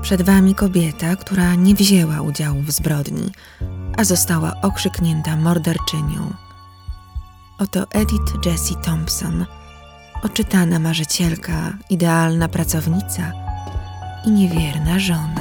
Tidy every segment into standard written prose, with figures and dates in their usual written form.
Przed wami kobieta, która nie wzięła udziału w zbrodni, a została okrzyknięta morderczynią. Oto Edith Jessie Thompson, oczytana marzycielka, idealna pracownica i niewierna żona.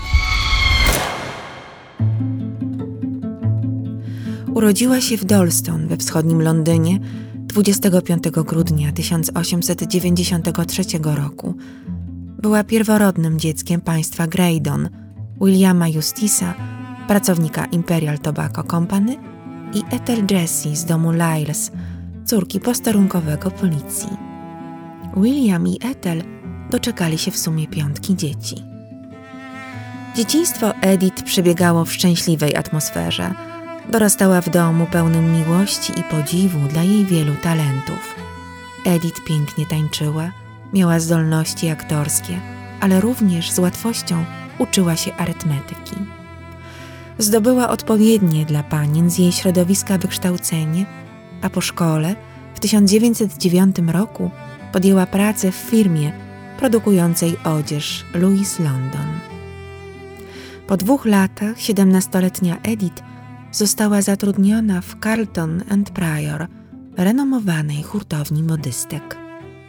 Urodziła się w Dalston we wschodnim Londynie 25 grudnia 1893 roku. Była pierworodnym dzieckiem państwa Graydon, Williama Justisa, pracownika Imperial Tobacco Company, i Ethel Jessie z domu Lyles, córki posterunkowego policji. William i Ethel doczekali się w sumie 5 dzieci. Dzieciństwo Edith przebiegało w szczęśliwej atmosferze. Dorastała w domu pełnym miłości i podziwu dla jej wielu talentów. Edith pięknie tańczyła, miała zdolności aktorskie, ale również z łatwością uczyła się arytmetyki. Zdobyła odpowiednie dla panien z jej środowiska wykształcenie, a po szkole w 1909 roku podjęła pracę w firmie produkującej odzież Louis London. Po 2 latach 17-letnia Edith została zatrudniona w Carlton & Pryor, renomowanej hurtowni modystek.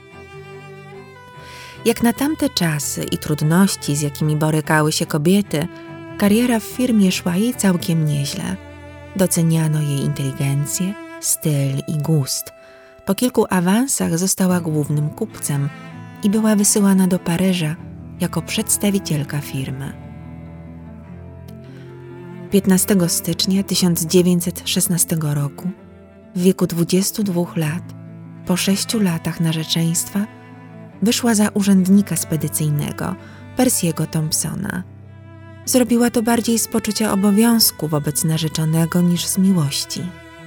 Jak na tamte czasy i trudności, z jakimi borykały się kobiety, kariera w firmie szła jej całkiem nieźle. Doceniano jej inteligencję, styl i gust. Po kilku awansach została głównym kupcem i była wysyłana do Paryża jako przedstawicielka firmy. 15 stycznia 1916 roku, w wieku 22 lat, po 6 latach narzeczeństwa, wyszła za urzędnika spedycyjnego, Percy'ego Thompsona. Zrobiła to bardziej z poczucia obowiązku wobec narzeczonego niż z miłości.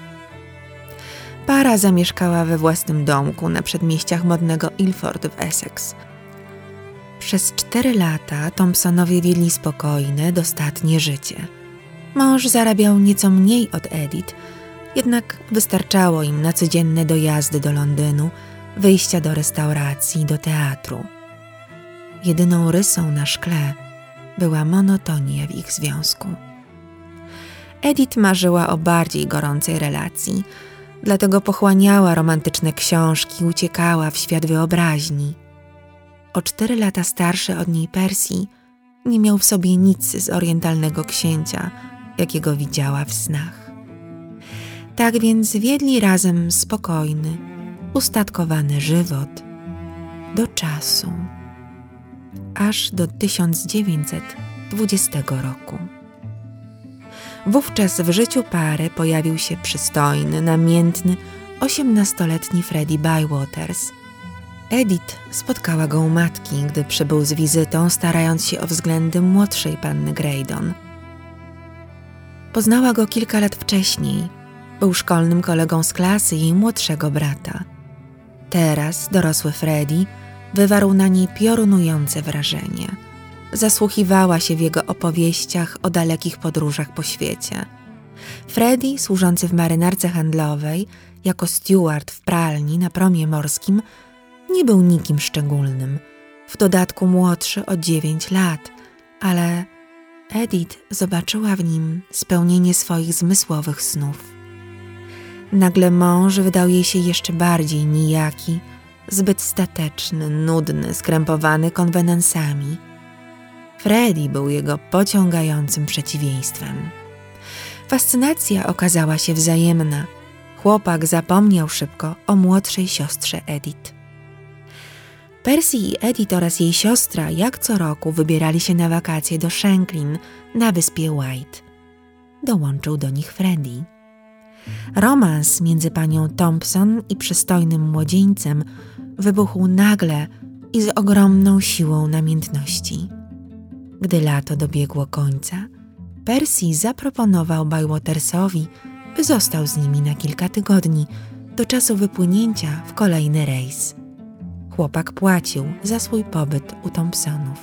Para zamieszkała we własnym domku na przedmieściach modnego Ilford w Essex. Przez 4 lata Thompsonowie wiedli spokojne, dostatnie życie. Mąż zarabiał nieco mniej od Edith, jednak wystarczało im na codzienne dojazdy do Londynu, wyjścia do restauracji, do teatru. Jedyną rysą na szkle była monotonia w ich związku. Edith marzyła o bardziej gorącej relacji, dlatego pochłaniała romantyczne książki, uciekała w świat wyobraźni. O 4 lata starszy od niej Percy nie miał w sobie nic z orientalnego księcia, jakiego widziała w snach. Tak więc wiedli razem spokojny, ustatkowany żywot do czasu, aż do 1920 roku. Wówczas w życiu pary pojawił się przystojny, namiętny, 18-letni Freddie Bywaters. Edith spotkała go u matki, gdy przybył z wizytą, starając się o względy młodszej panny Graydon. Poznała go kilka lat wcześniej. Był szkolnym kolegą z klasy jej młodszego brata. Teraz dorosły Freddie wywarł na niej piorunujące wrażenie. Zasłuchiwała się w jego opowieściach o dalekich podróżach po świecie. Freddie, służący w marynarce handlowej, jako steward w pralni na promie morskim, nie był nikim szczególnym, w dodatku młodszy o 9 lat, ale Edith zobaczyła w nim spełnienie swoich zmysłowych snów. Nagle mąż wydał jej się jeszcze bardziej nijaki, zbyt stateczny, nudny, skrępowany konwenansami. Freddie był jego pociągającym przeciwieństwem. Fascynacja okazała się wzajemna. Chłopak zapomniał szybko o młodszej siostrze Edith. Percy i Edith oraz jej siostra jak co roku wybierali się na wakacje do Shanklin na wyspie White. Dołączył do nich Freddie. Romans między panią Thompson i przystojnym młodzieńcem wybuchł nagle i z ogromną siłą namiętności. Gdy lato dobiegło końca, Percy zaproponował Bywatersowi, by został z nimi na kilka tygodni, do czasu wypłynięcia w kolejny rejs. Chłopak płacił za swój pobyt u Thompsonów.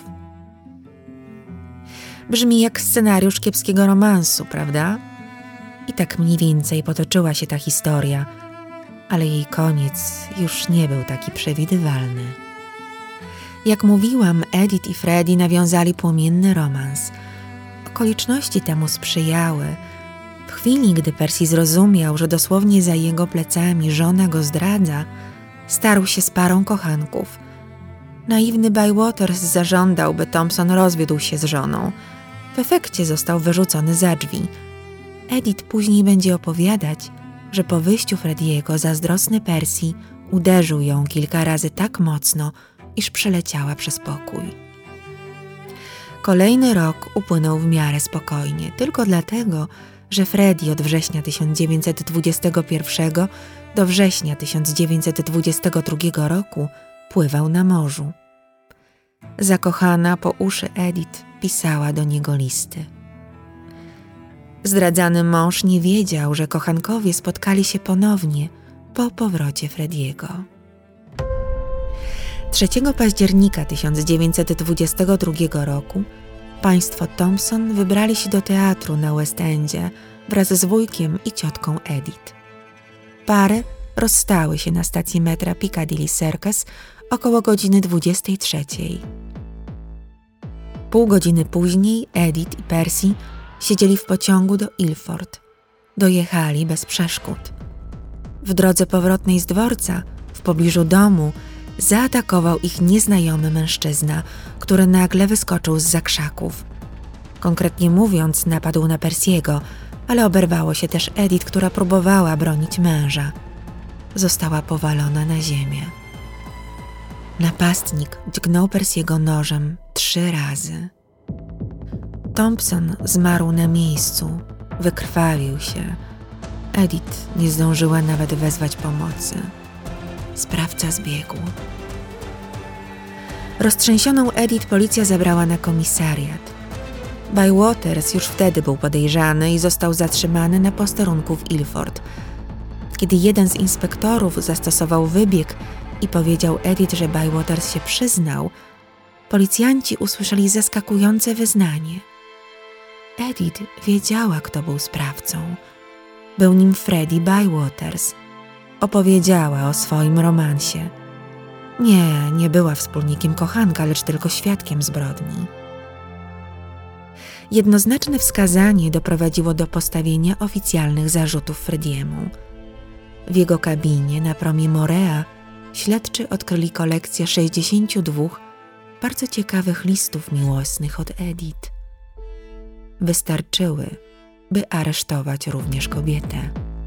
Brzmi jak scenariusz kiepskiego romansu, prawda? I tak mniej więcej potoczyła się ta historia, ale jej koniec już nie był taki przewidywalny. Jak mówiłam, Edith i Freddie nawiązali płomienny romans. Okoliczności temu sprzyjały. W chwili, gdy Percy zrozumiał, że dosłownie za jego plecami żona go zdradza, starł się z parą kochanków. Naiwny Bywaters zażądał, by Thompson rozwiódł się z żoną. W efekcie został wyrzucony za drzwi. Edith później będzie opowiadać, że po wyjściu Frediego zazdrosny Percy uderzył ją kilka razy tak mocno, iż przeleciała przez pokój. Kolejny rok upłynął w miarę spokojnie, tylko dlatego, że Freddie od września 1921 do września 1922 roku pływał na morzu. Zakochana po uszy Edith pisała do niego listy. Zdradzany mąż nie wiedział, że kochankowie spotkali się ponownie po powrocie Frediego. 3 października 1922 roku państwo Thompson wybrali się do teatru na West Endzie wraz z wujkiem i ciotką Edith. Pary rozstały się na stacji metra Piccadilly Circus około godziny 23. Pół godziny później Edith i Percy siedzieli w pociągu do Ilford. Dojechali bez przeszkód. W drodze powrotnej z dworca, w pobliżu domu, zaatakował ich nieznajomy mężczyzna, który nagle wyskoczył zza krzaków. Konkretnie mówiąc, napadł na Percy'ego, ale oberwało się też Edith, która próbowała bronić męża. Została powalona na ziemię. Napastnik dźgnął Percy'ego nożem 3 razy. Thompson zmarł na miejscu, wykrwawił się. Edith nie zdążyła nawet wezwać pomocy. Sprawca zbiegł. Roztrzęsioną Edith policja zabrała na komisariat. Bywaters już wtedy był podejrzany i został zatrzymany na posterunku w Ilford. Kiedy jeden z inspektorów zastosował wybieg i powiedział Edith, że Bywaters się przyznał, policjanci usłyszeli zaskakujące wyznanie. Edith wiedziała, kto był sprawcą. Był nim Freddie Bywaters. Opowiedziała o swoim romansie. Nie była wspólnikiem kochanka, lecz tylko świadkiem zbrodni. Jednoznaczne wskazanie doprowadziło do postawienia oficjalnych zarzutów Frediemu. W jego kabinie na promie Morea śledczy odkryli kolekcję 62 bardzo ciekawych listów miłosnych od Edith. Wystarczyły, by aresztować również kobietę.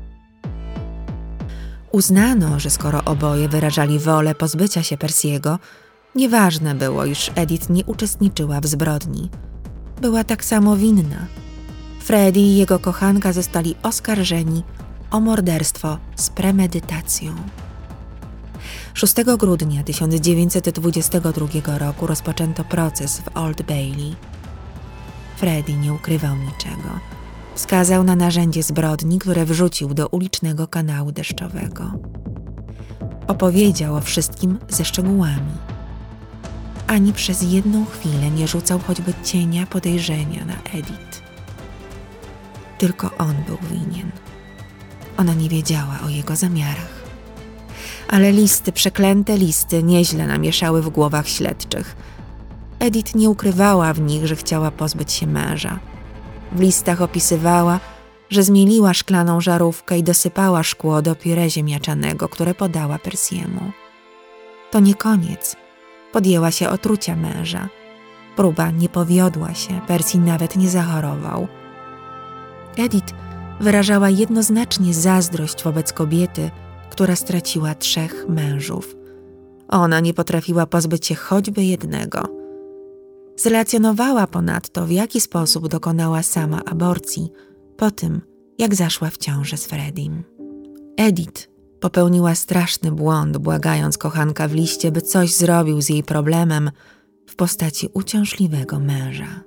Uznano, że skoro oboje wyrażali wolę pozbycia się Percy'ego, nieważne było, iż Edith nie uczestniczyła w zbrodni. Była tak samo winna. Freddie i jego kochanka zostali oskarżeni o morderstwo z premedytacją. 6 grudnia 1922 roku rozpoczęto proces w Old Bailey. Freddie nie ukrywał niczego. Wskazał na narzędzie zbrodni, które wrzucił do ulicznego kanału deszczowego. Opowiedział o wszystkim ze szczegółami. Ani przez jedną chwilę nie rzucał choćby cienia podejrzenia na Edith. Tylko on był winien. Ona nie wiedziała o jego zamiarach. Ale listy, przeklęte listy, nieźle namieszały w głowach śledczych. Edith nie ukrywała w nich, że chciała pozbyć się męża. W listach opisywała, że zmieliła szklaną żarówkę i dosypała szkło do pióre ziemniaczanego, które podała Percy'emu. To nie koniec. Podjęła się otrucia męża. Próba nie powiodła się, Percy nawet nie zachorował. Edith wyrażała jednoznacznie zazdrość wobec kobiety, która straciła 3 mężów. Ona nie potrafiła pozbyć się choćby jednego. Zrelacjonowała ponadto, w jaki sposób dokonała sama aborcji po tym, jak zaszła w ciążę z Freddiem. Edith popełniła straszny błąd, błagając kochanka w liście, by coś zrobił z jej problemem w postaci uciążliwego męża.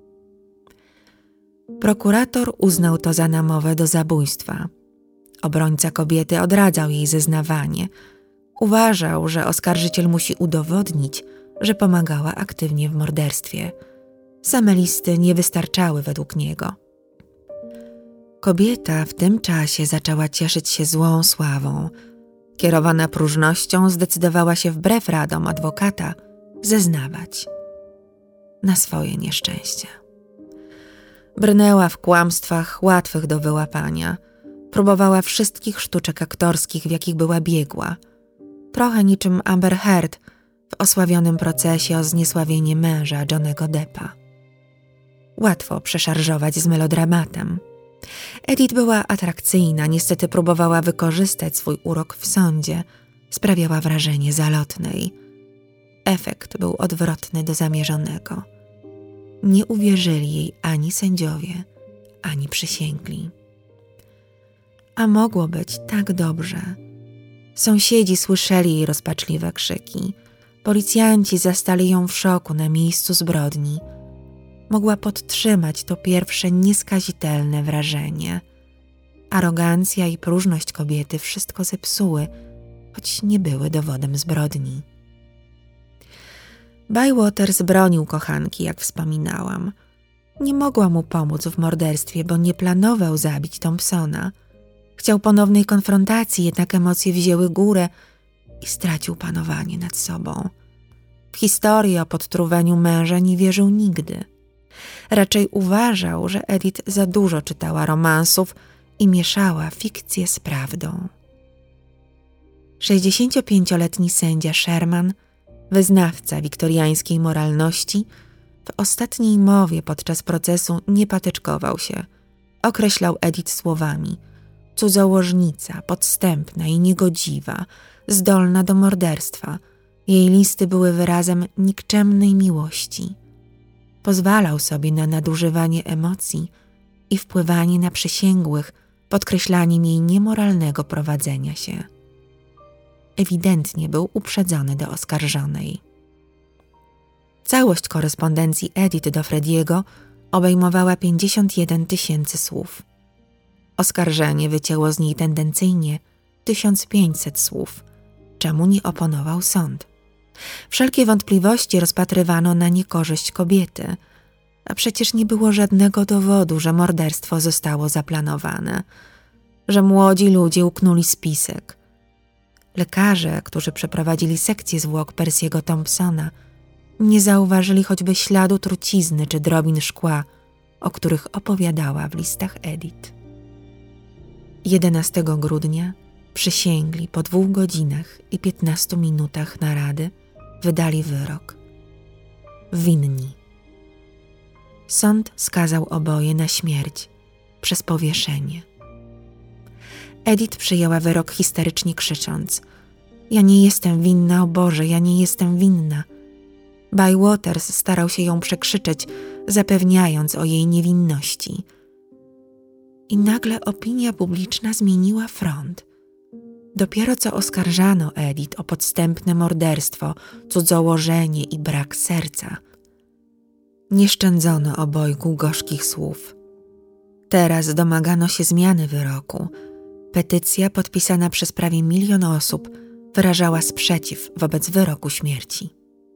Prokurator uznał to za namowę do zabójstwa. Obrońca kobiety odradzał jej zeznawanie. Uważał, że oskarżyciel musi udowodnić, że pomagała aktywnie w morderstwie. Same listy nie wystarczały według niego. Kobieta w tym czasie zaczęła cieszyć się złą sławą. Kierowana próżnością zdecydowała się wbrew radom adwokata zeznawać na swoje nieszczęście. Brnęła w kłamstwach łatwych do wyłapania. Próbowała wszystkich sztuczek aktorskich, w jakich była biegła. Trochę niczym Amber Heard w osławionym procesie o zniesławienie męża Johnny'ego Deppa. Łatwo przeszarżować z melodramatem. Edith była atrakcyjna, niestety próbowała wykorzystać swój urok w sądzie. Sprawiała wrażenie zalotnej. Efekt był odwrotny do zamierzonego. Nie uwierzyli jej ani sędziowie, ani przysięgli. A mogło być tak dobrze. Sąsiedzi słyszeli jej rozpaczliwe krzyki. Policjanci zastali ją w szoku na miejscu zbrodni. Mogła podtrzymać to pierwsze nieskazitelne wrażenie. Arogancja i próżność kobiety wszystko zepsuły, choć nie były dowodem zbrodni. Bywaters bronił kochanki, jak wspominałam. Nie mogła mu pomóc w morderstwie, bo nie planował zabić Thompsona. Chciał ponownej konfrontacji, jednak emocje wzięły górę i stracił panowanie nad sobą. W historii o podtruwaniu męża nie wierzył nigdy. Raczej uważał, że Edith za dużo czytała romansów i mieszała fikcję z prawdą. 65-letni sędzia Sherman, wyznawca wiktoriańskiej moralności, w ostatniej mowie podczas procesu nie patyczkował się. Określał Edith słowami: cudzołożnica, podstępna i niegodziwa, zdolna do morderstwa. Jej listy były wyrazem nikczemnej miłości. Pozwalał sobie na nadużywanie emocji i wpływanie na przysięgłych, podkreślaniem jej niemoralnego prowadzenia się. Ewidentnie był uprzedzony do oskarżonej. Całość korespondencji Edith do Frediego obejmowała 51 000 słów. Oskarżenie wycięło z niej tendencyjnie 1500 słów, czemu nie oponował sąd. Wszelkie wątpliwości rozpatrywano na niekorzyść kobiety, a przecież nie było żadnego dowodu, że morderstwo zostało zaplanowane, że młodzi ludzie uknuli spisek. Lekarze, którzy przeprowadzili sekcję zwłok Percy'ego Thompsona, nie zauważyli choćby śladu trucizny czy drobin szkła, o których opowiadała w listach Edith. 11 grudnia przysięgli po 2 godzinach i 15 minutach narady wydali wyrok. Winni. Sąd skazał oboje na śmierć przez powieszenie. Edith przyjęła wyrok histerycznie krzycząc: ja nie jestem winna, o Boże, ja nie jestem winna. Bywaters starał się ją przekrzyczeć, zapewniając o jej niewinności. I nagle opinia publiczna zmieniła front. Dopiero co oskarżano Edith o podstępne morderstwo, cudzołożenie i brak serca. Nie szczędzono obojgu gorzkich słów. Teraz domagano się zmiany wyroku. Petycja podpisana przez prawie 1 000 000 osób wyrażała sprzeciw wobec wyroku śmierci.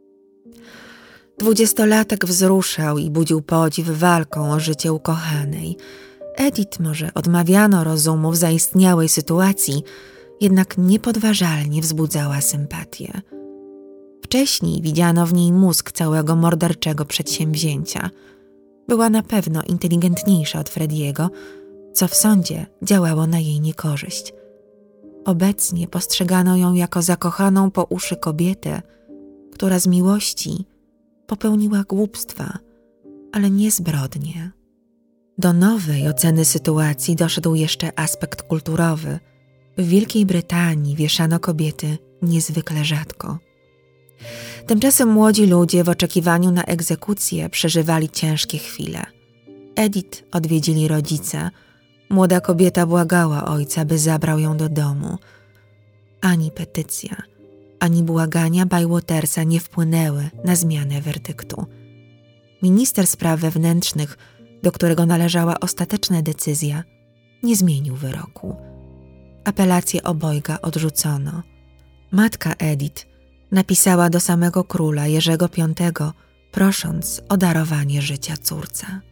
20-latek wzruszał i budził podziw walką o życie ukochanej. Edith może odmawiano rozumu w zaistniałej sytuacji, jednak niepodważalnie wzbudzała sympatię. Wcześniej widziano w niej mózg całego morderczego przedsięwzięcia. Była na pewno inteligentniejsza od Frediego, co w sądzie działało na jej niekorzyść. Obecnie postrzegano ją jako zakochaną po uszy kobietę, która z miłości popełniła głupstwa, ale nie zbrodnie. Do nowej oceny sytuacji doszedł jeszcze aspekt kulturowy. W Wielkiej Brytanii wieszano kobiety niezwykle rzadko. Tymczasem młodzi ludzie w oczekiwaniu na egzekucję przeżywali ciężkie chwile. Edith odwiedzili rodzice. Młoda kobieta błagała ojca, by zabrał ją do domu. Ani petycja, ani błagania Bywatersa nie wpłynęły na zmianę werdyktu. Minister spraw wewnętrznych, do którego należała ostateczna decyzja, nie zmienił wyroku. Apelację obojga odrzucono. Matka Edith napisała do samego króla Jerzego V, prosząc o darowanie życia córce.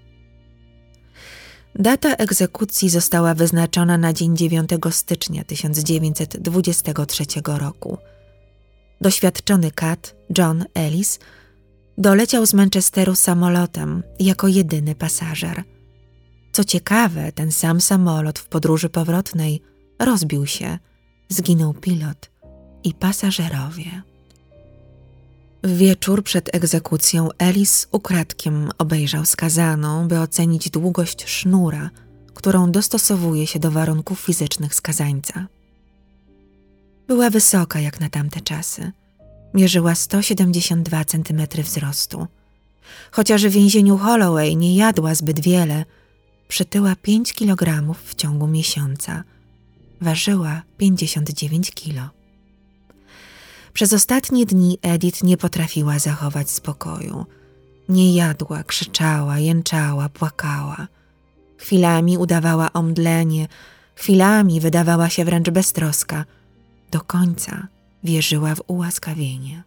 Data egzekucji została wyznaczona na dzień 9 stycznia 1923 roku. Doświadczony Kat, John Ellis, doleciał z Manchesteru samolotem jako jedyny pasażer. Co ciekawe, ten sam samolot w podróży powrotnej rozbił się, zginął pilot i pasażerowie. W wieczór przed egzekucją Ellis ukradkiem obejrzał skazaną, by ocenić długość sznura, którą dostosowuje się do warunków fizycznych skazańca. Była wysoka jak na tamte czasy. Mierzyła 172 cm wzrostu. Chociaż w więzieniu Holloway nie jadła zbyt wiele, przytyła 5 kg w ciągu miesiąca. Ważyła 59 kg. Przez ostatnie dni Edith nie potrafiła zachować spokoju. Nie jadła, krzyczała, jęczała, płakała. Chwilami udawała omdlenie, chwilami wydawała się wręcz beztroska. Do końca wierzyła w ułaskawienie.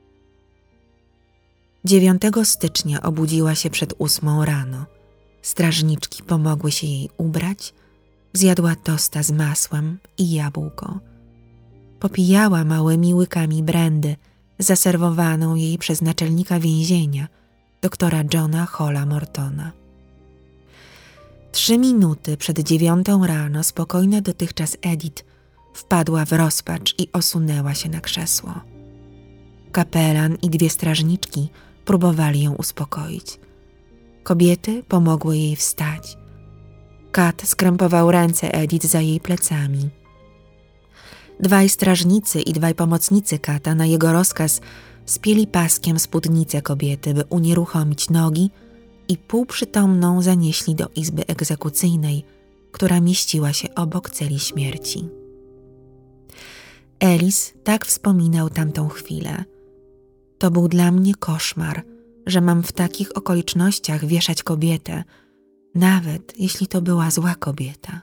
9 stycznia obudziła się przed 8 rano. Strażniczki pomogły się jej ubrać, zjadła tosta z masłem i jabłko. Popijała małymi łykami brandy, zaserwowaną jej przez naczelnika więzienia, doktora Johna Holla Mortona. 3 minuty przed 9 rano spokojna dotychczas Edith wpadła w rozpacz i osunęła się na krzesło. Kapelan i 2 strażniczki próbowali ją uspokoić. Kobiety pomogły jej wstać. Kat skrępował ręce Edith za jej plecami. 2 strażnicy i 2 pomocnicy Kata na jego rozkaz spięli paskiem spódnicę kobiety, by unieruchomić nogi i półprzytomną zanieśli do izby egzekucyjnej, która mieściła się obok celi śmierci. Ellis tak wspominał tamtą chwilę. To był dla mnie koszmar, że mam w takich okolicznościach wieszać kobietę, nawet jeśli to była zła kobieta.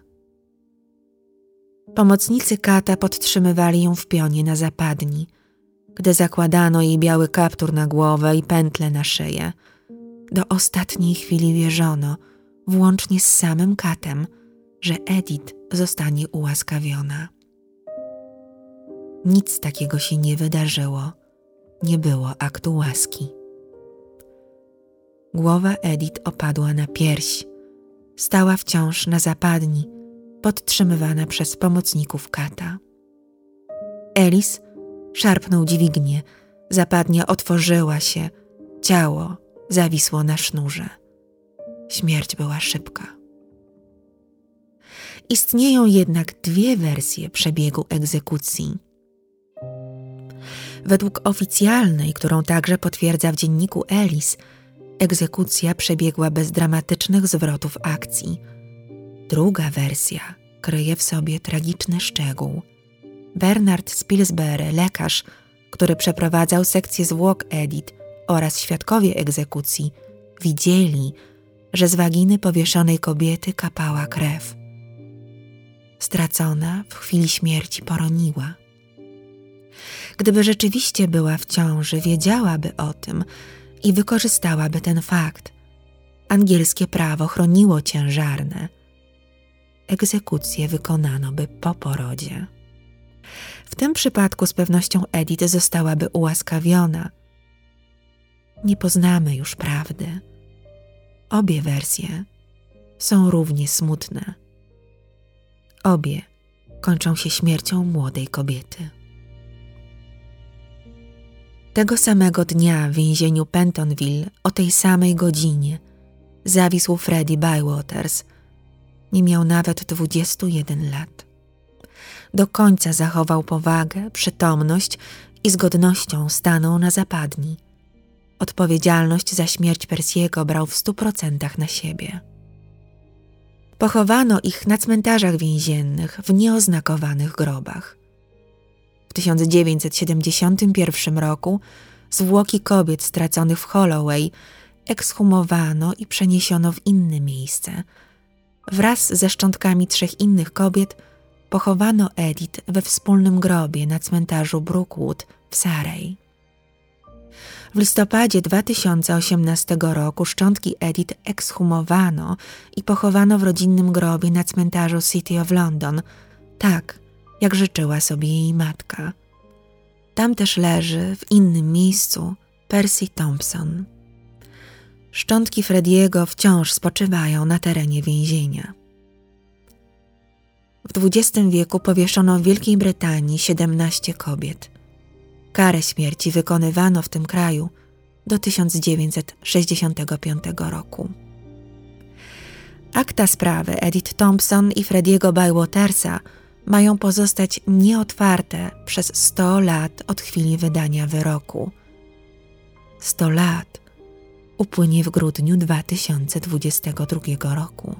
Pomocnicy Kata podtrzymywali ją w pionie na zapadni, gdy zakładano jej biały kaptur na głowę i pętle na szyję. Do ostatniej chwili wierzono, włącznie z samym Katem, że Edith zostanie ułaskawiona. Nic takiego się nie wydarzyło. Nie było aktu łaski. Głowa Edith opadła na pierś. Stała wciąż na zapadni, podtrzymywana przez pomocników Kata. Ellis szarpnął dźwignię, zapadnia otworzyła się, ciało zawisło na sznurze. Śmierć była szybka. Istnieją jednak 2 wersje przebiegu egzekucji. Według oficjalnej, którą także potwierdza w dzienniku Ellis, egzekucja przebiegła bez dramatycznych zwrotów akcji. Druga wersja kryje w sobie tragiczny szczegół. Bernard Spilsbury, lekarz, który przeprowadzał sekcję zwłok Edith, oraz świadkowie egzekucji widzieli, że z waginy powieszonej kobiety kapała krew. Stracona w chwili śmierci poroniła. Gdyby rzeczywiście była w ciąży, wiedziałaby o tym i wykorzystałaby ten fakt. Angielskie prawo chroniło ciężarne. Egzekucję wykonano by po porodzie. W tym przypadku z pewnością Edith zostałaby ułaskawiona. Nie poznamy już prawdy. Obie wersje są równie smutne. Obie kończą się śmiercią młodej kobiety. Tego samego dnia w więzieniu Pentonville o tej samej godzinie zawisł Freddie Bywaters. Nie miał nawet 21 lat. Do końca zachował powagę, przytomność i z godnością stanął na zapadni. Odpowiedzialność za śmierć Percy'ego brał w 100% na siebie. Pochowano ich na cmentarzach więziennych w nieoznakowanych grobach. W 1971 roku zwłoki kobiet straconych w Holloway ekshumowano i przeniesiono w inne miejsce. Wraz ze szczątkami 3 innych kobiet pochowano Edith we wspólnym grobie na cmentarzu Brookwood w Surrey. W listopadzie 2018 roku szczątki Edith ekshumowano i pochowano w rodzinnym grobie na cmentarzu City of London, tak jak życzyła sobie jej matka. Tam też leży w innym miejscu Percy Thompson. Szczątki Frediego wciąż spoczywają na terenie więzienia. W XX wieku powieszono w Wielkiej Brytanii 17 kobiet. Karę śmierci wykonywano w tym kraju do 1965 roku. Akta sprawy Edith Thompson i Frediego Bywatersa mają pozostać nieotwarte przez 100 lat od chwili wydania wyroku. 100 lat upłynie w grudniu 2022 roku.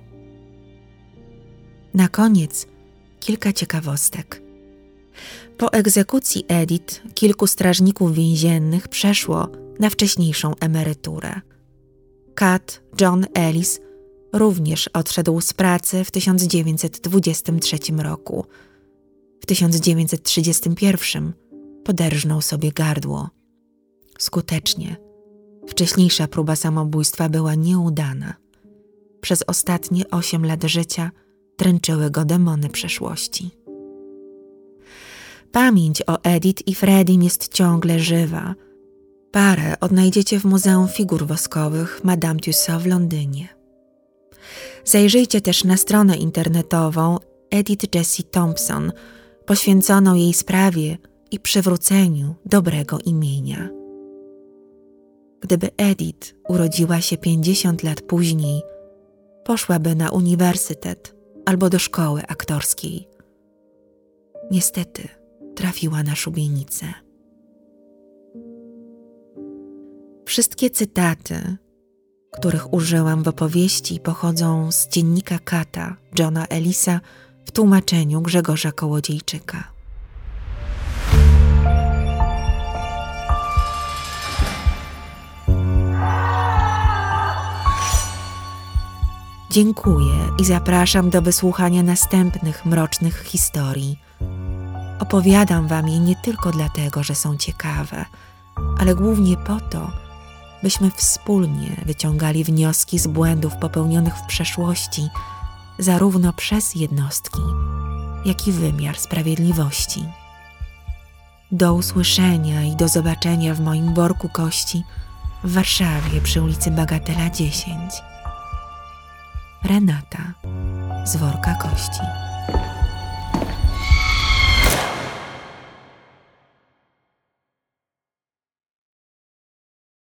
Na koniec kilka ciekawostek. Po egzekucji Edith kilku strażników więziennych przeszło na wcześniejszą emeryturę. Kat John Ellis również odszedł z pracy w 1923 roku. W 1931 poderżnął sobie gardło. Skutecznie. Wcześniejsza próba samobójstwa była nieudana. Przez ostatnie 8 lat życia dręczyły go demony przeszłości. Pamięć o Edith i Fredim jest ciągle żywa. Parę odnajdziecie w Muzeum Figur Woskowych Madame Tussauds w Londynie. Zajrzyjcie też na stronę internetową Edith Jessie Thompson, poświęconą jej sprawie i przywróceniu dobrego imienia. Gdyby Edith urodziła się 50 lat później, poszłaby na uniwersytet albo do szkoły aktorskiej. Niestety trafiła na szubienicę. Wszystkie cytaty, których użyłam w opowieści, pochodzą z dziennika Kata Johna Ellisa w tłumaczeniu Grzegorza Kołodziejczyka. Dziękuję i zapraszam do wysłuchania następnych mrocznych historii. Opowiadam wam je nie tylko dlatego, że są ciekawe, ale głównie po to, byśmy wspólnie wyciągali wnioski z błędów popełnionych w przeszłości, zarówno przez jednostki, jak i wymiar sprawiedliwości. Do usłyszenia i do zobaczenia w moim worku kości w Warszawie przy ulicy Bagatela 10. Renata z worka kości.